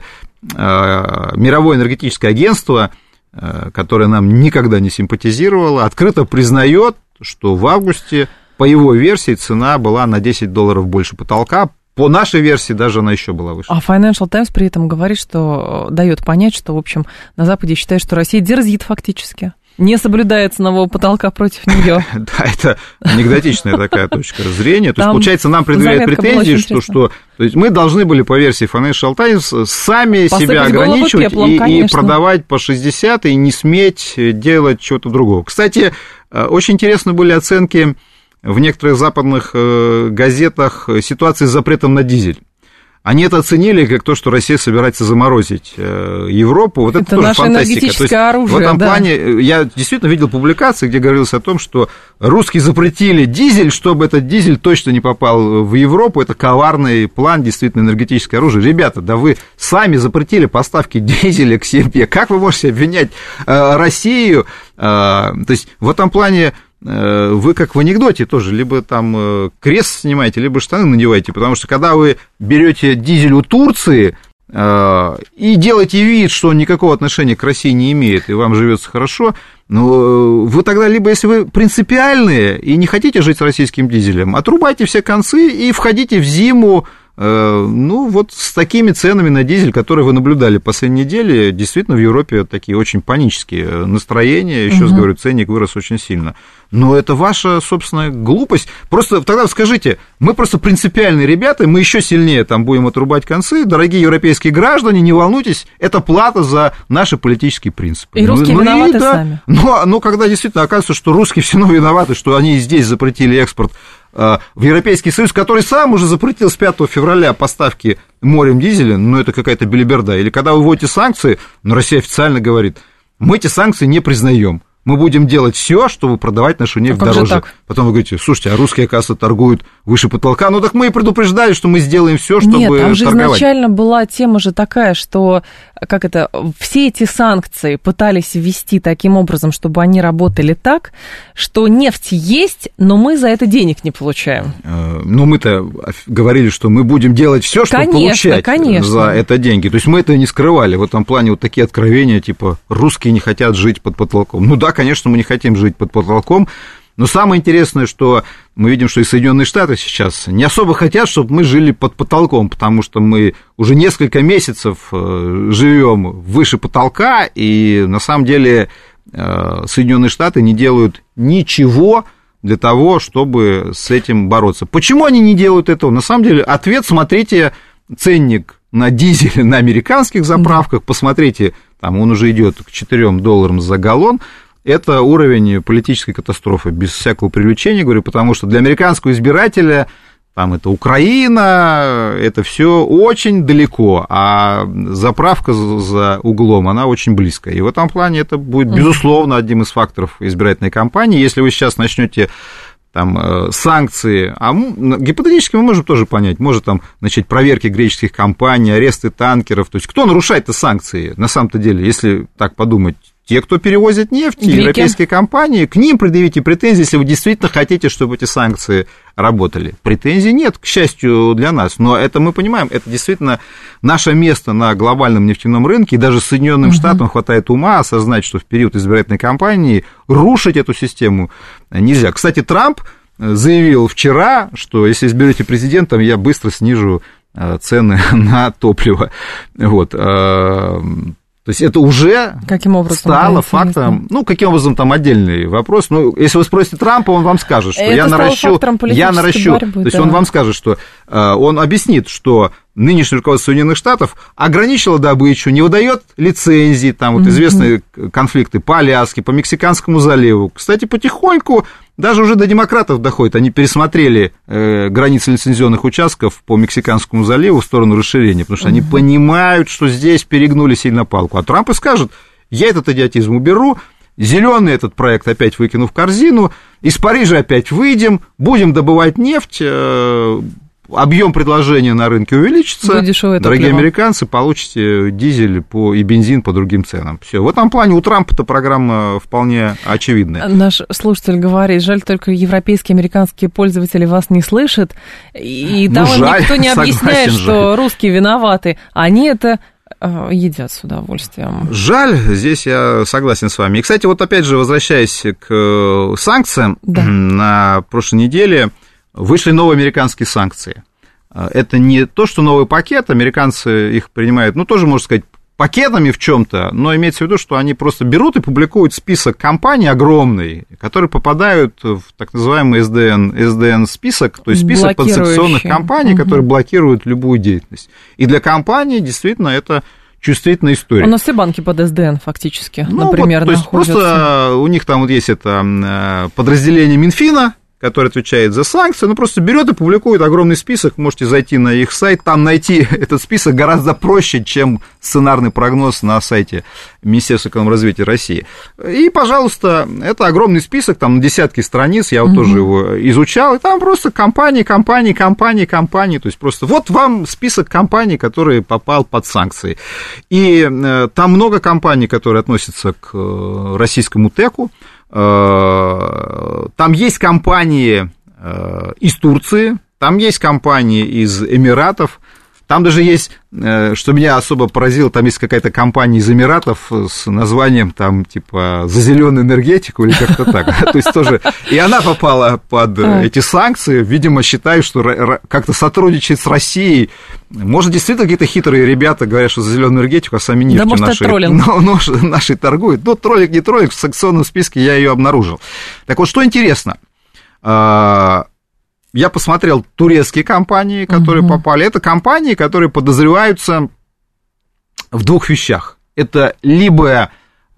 э, Мировое энергетическое агентство, э, которое нам никогда не симпатизировало, открыто признает, что в августе, по его версии, цена была на десять долларов больше потолка. По нашей версии даже она еще была выше. А Financial Times при этом говорит, что дает понять, что, в общем, на Западе считают, что Россия дерзит фактически. Не соблюдает ценового потолка против нее. Да, это анекдотичная такая точка зрения. То есть, получается, нам предъявляют претензии, что, что то есть мы должны были, по версии Financial Times, сами себя ограничивать и, и продавать по шестьдесят, и не сметь делать чего-то другого. Кстати, очень интересны были оценки в некоторых западных газетах ситуации с запретом на дизель. Они это оценили как то, что Россия собирается заморозить Европу. Вот это, это тоже фантастика. То есть, оружие, в этом да. плане я действительно видел публикации, где говорилось о том, что русские запретили дизель, чтобы этот дизель точно не попал в Европу. Это коварный план, действительно, энергетическое оружие. Ребята, да вы сами запретили поставки дизеля к себе. Как вы можете обвинять Россию? То есть в этом плане вы как в анекдоте тоже, либо там крест снимаете, либо штаны надеваете, потому что когда вы берете дизель у Турции и делаете вид, что он никакого отношения к России не имеет, и вам живется хорошо, но вы тогда, либо если вы принципиальные и не хотите жить с российским дизелем, отрубайте все концы и входите в зиму, ну, вот с такими ценами на дизель, которые вы наблюдали последние недели. Действительно, в Европе такие очень панические настроения. Еще раз говорю, ценник вырос очень сильно. Но это ваша, собственная глупость. Просто тогда скажите, мы просто принципиальные ребята, мы еще сильнее там будем отрубать концы. Дорогие европейские граждане, не волнуйтесь, это плата за наши политические принципы. И русские ну, виноваты и, да. сами. Но, но когда действительно оказывается, что русские все равно виноваты, что они здесь запретили экспорт в Европейский Союз, который сам уже запретил с пятого февраля поставки морем дизеля, ну, это какая-то белиберда. Или когда вы вводите санкции, но Россия официально говорит, мы эти санкции не признаем. Мы будем делать все, чтобы продавать нашу нефть а дороже. Потом вы говорите, слушайте, а русские, оказывается, торгуют выше потолка. Ну, так мы и предупреждали, что мы сделаем все, чтобы Нет, там же торговать. Изначально была тема же такая, что как это, все эти санкции пытались ввести таким образом, чтобы они работали так, что нефть есть, но мы за это денег не получаем. Ну, мы-то говорили, что мы будем делать все, чтобы конечно, получать конечно. за это деньги. То есть мы это не скрывали. В этом плане вот такие откровения, типа, русские не хотят жить под потолком. Ну да, конечно, мы не хотим жить под потолком, но самое интересное, что мы видим, что и Соединенные Штаты сейчас не особо хотят, чтобы мы жили под потолком, потому что мы уже несколько месяцев живем выше потолка, и на самом деле Соединенные Штаты не делают ничего для того, чтобы с этим бороться. Почему они не делают этого? На самом деле ответ, смотрите, ценник на дизеле на американских заправках, посмотрите, там он уже идет к четырем долларам за галлон. Это уровень политической катастрофы, без всякого привлечения, говорю, потому что для американского избирателя там это Украина, это все очень далеко, а заправка за углом, она очень близко. И в этом плане это будет, безусловно, одним из факторов избирательной кампании. Если вы сейчас начнете там санкции, а гипотетически мы можем тоже понять, может там начать проверки греческих компаний, аресты танкеров, то есть кто нарушает-то санкции на самом-то деле, если так подумать? Те, кто перевозит нефть, Греки. Европейские компании, к ним предъявите претензии, если вы действительно хотите, чтобы эти санкции работали. Претензий нет, к счастью, для нас, но это мы понимаем, это действительно наше место на глобальном нефтяном рынке, и даже Соединенным угу. Штатам хватает ума осознать, что в период избирательной кампании рушить эту систему нельзя. Кстати, Трамп заявил вчера, что если изберете президентом, я быстро снижу цены на топливо. Вот. То есть это уже каким образом, стало фактом, ну, каким образом, там отдельный вопрос. Ну, если вы спросите Трампа, он вам скажет, что это я наращу, я наращу. Борьбы, то есть да. Он вам скажет, что он объяснит, что нынешнее руководство Соединенных Штатов ограничило добычу, не выдает лицензии, там вот mm-hmm. известные конфликты по Аляске, по Мексиканскому заливу. Кстати, потихоньку даже уже до демократов доходит. Они пересмотрели э, границы лицензионных участков по Мексиканскому заливу в сторону расширения, потому что mm-hmm. они понимают, что здесь перегнули сильно палку. А Трамп и скажет, я этот идиотизм уберу, зеленый этот проект опять выкину в корзину, из Парижа опять выйдем, будем добывать нефть, э, объем предложения на рынке увеличится, дорогие американцы, получите дизель по, и бензин по другим ценам. Все. В этом плане у Трампа-то программа вполне очевидная. Наш слушатель говорит, жаль, только европейские, американские пользователи вас не слышат, и там ну, жаль, никто не объясняет, что жаль. Русские виноваты. Они это едят с удовольствием. Жаль, здесь я согласен с вами. И, кстати, вот опять же, возвращаясь к санкциям, да. На прошлой неделе вышли новые американские санкции. Это не то, что новый пакет, американцы их принимают, ну, тоже, можно сказать, пакетами в чем-то, но имеется в виду, что они просто берут и публикуют список компаний огромный, которые попадают в так называемый эс ди эн, эс ди эн-список, то есть список подсанкционных компаний, угу. которые блокируют любую деятельность. И для компаний действительно это чувствительная история. У нас все банки под эс ди эн фактически, ну, например, вот, то есть просто у них там вот есть это подразделение Минфина, который отвечает за санкции, ну, просто берет и публикует огромный список, можете зайти на их сайт, там найти этот список гораздо проще, чем сценарный прогноз на сайте Министерства экономразвития России. И, пожалуйста, это огромный список, там на десятки страниц, я вот mm-hmm. тоже его изучал, и там просто компании, компании, компании, компании, то есть просто вот вам список компаний, которые попал под санкции. И э, там много компаний, которые относятся к э, российскому ТЭКу. Там есть компании из Турции, там есть компании из Эмиратов, там даже есть, что меня особо поразило, там есть какая-то компания из Эмиратов с названием там типа «За зеленую энергетику» или как-то так. То есть тоже, и она попала под эти санкции, видимо, считают, что как-то сотрудничает с Россией. Может, действительно какие-то хитрые ребята говорят, что за зеленую энергетику, а сами нефтью да, может, нашей, ну, ну, нашей торгуют. Ну, троллик не троллик, в санкционном списке я ее обнаружил. Так вот, что интересно, я посмотрел турецкие компании, которые uh-huh. попали. Это компании, которые подозреваются в двух вещах. Это либо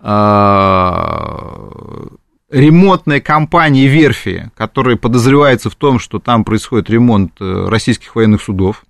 ремонтные компании верфи, которые подозреваются в том, что там происходит ремонт российских военных судов.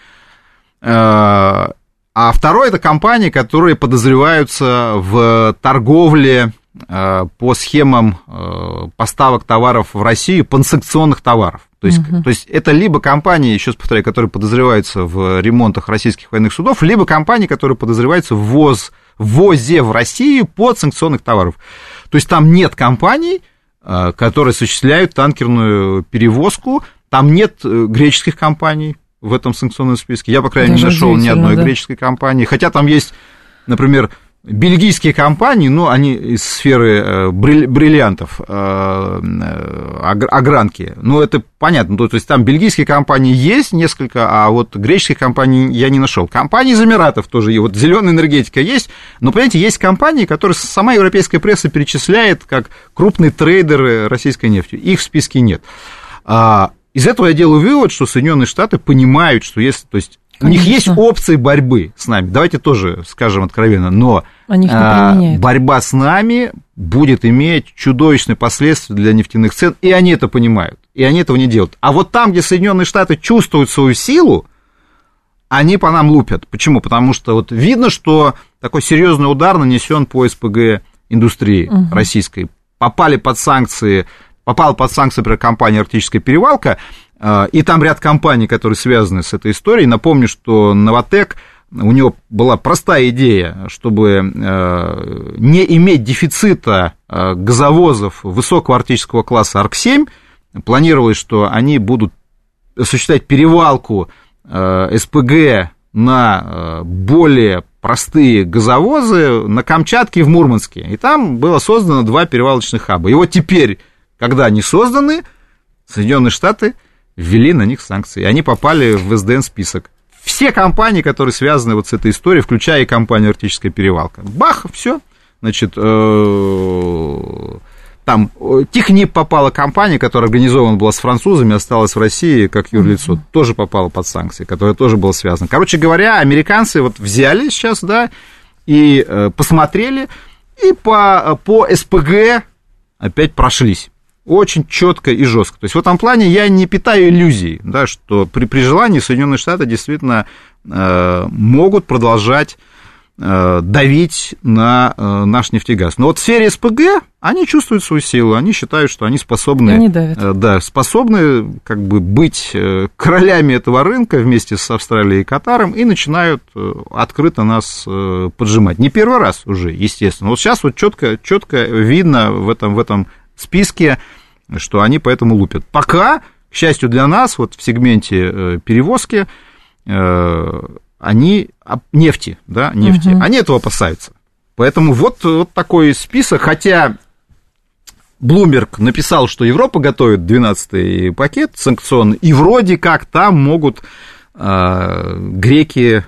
А второе – это компании, которые подозреваются в торговле по схемам поставок товаров в Россию, подсанкционных товаров. То есть, uh-huh. то есть это либо компании, еще раз повторяю, которые подозреваются в ремонтах российских военных судов, либо компании, которые подозреваются в ввоз, ввозе в Россию подсанкционных товаров. То есть там нет компаний, которые осуществляют танкерную перевозку, там нет греческих компаний в этом санкционном списке. Я, по крайней мере, не нашел ни одной да. греческой компании, хотя там есть, например, бельгийские компании, ну, они из сферы бриллиантов, огранки, ну, это понятно, то есть там бельгийские компании есть несколько, а вот греческих компаний я не нашел. Компании из Эмиратов тоже, и вот зеленая энергетика есть, но, понимаете, есть компании, которые сама европейская пресса перечисляет как крупные трейдеры российской нефти, их в списке нет. Из этого я делаю вывод, что Соединенные Штаты понимают, что если, то есть, У них есть опции борьбы с нами, давайте тоже скажем откровенно, но а, борьба с нами будет иметь чудовищные последствия для нефтяных цен, и они это понимают, и они этого не делают. А вот там, где Соединенные Штаты чувствуют свою силу, они по нам лупят. Почему? Потому что вот видно, что такой серьезный удар нанесен по СПГ индустрии угу. российской. Попали под санкции, попала под санкции, например, компания «Арктическая перевалка», и там ряд компаний, которые связаны с этой историей. Напомню, что «Новатэк», у него была простая идея, чтобы не иметь дефицита газовозов высокого арктического класса Арк семь, планировалось, что они будут осуществлять перевалку СПГ на более простые газовозы на Камчатке и в Мурманске. И там было создано два перевалочных хаба. И вот теперь, когда они созданы, Соединенные Штаты ввели на них санкции. И они попали в СДН-список. Все компании, которые связаны вот с этой историей, включая и компанию «Арктическая перевалка». Бах, все. Значит, там Технип попала компания, которая организована была с французами, осталась в России как юрлицо, mm-hmm. тоже попала под санкции, которая тоже была связана. Короче говоря, американцы вот взяли сейчас, да, и э, посмотрели, и по, по СПГ опять прошлись. Очень четко и жестко. То есть в этом плане я не питаю иллюзий, да, что при, при желании Соединенные Штаты действительно э, могут продолжать э, давить на э, наш нефтегаз. Но вот в сфере СПГ они чувствуют свою силу, они считают, что они способны, они давят. Э, да, способны как бы быть э, королями этого рынка вместе с Австралией и Катаром и начинают э, открыто нас э, поджимать. Не первый раз уже, естественно. Вот сейчас вот четко, четко видно в этом, в этом списке, что они поэтому лупят. Пока, к счастью для нас, вот в сегменте э, перевозки э, они нефти, да, нефти, угу. они этого опасаются. Поэтому вот, вот такой список, хотя Bloomberg написал, что Европа готовит двенадцатый пакет санкционный, и вроде как там могут э, греки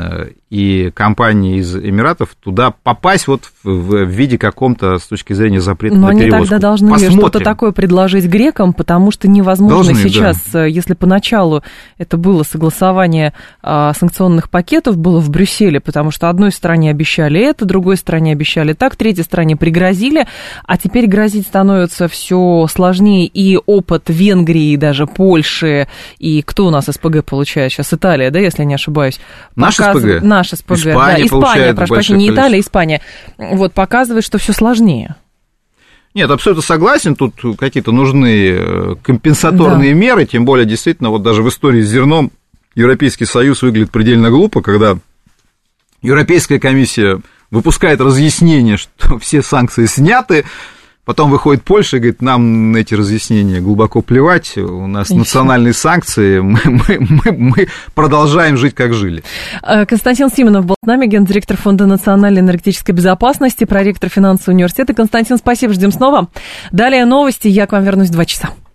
и компании из Эмиратов туда попасть вот в, в виде каком-то, с точки зрения запрета но на перевозку. Но они тогда должны Посмотрим. что-то такое предложить грекам, потому что невозможно должны, сейчас, да. если поначалу это было согласование а, санкционных пакетов, было в Брюсселе, потому что одной стране обещали это, другой стране обещали так, третьей стране пригрозили, а теперь грозить становится все сложнее, и опыт Венгрии, даже Польши, и кто у нас СПГ получает сейчас? Италия, да, если я не ошибаюсь? Наш показ... СПГ? Наш СПГ, Испания, да, Испания, прошу прощения, не Италия, Испания. Вот, показывает, что все сложнее. Нет, абсолютно согласен, тут какие-то нужны компенсаторные да. меры, тем более, действительно, вот даже в истории с зерном Европейский Союз выглядит предельно глупо, когда Европейская комиссия выпускает разъяснение, что все санкции сняты, потом выходит Польша и говорит, нам на эти разъяснения глубоко плевать, у нас и национальные все. санкции, мы, мы, мы, мы продолжаем жить, как жили. Константин Симонов был с нами, гендиректор Фонда национальной энергетической безопасности, проректор финансового университета. Константин, спасибо, ждем снова. Далее новости, я к вам вернусь в два часа.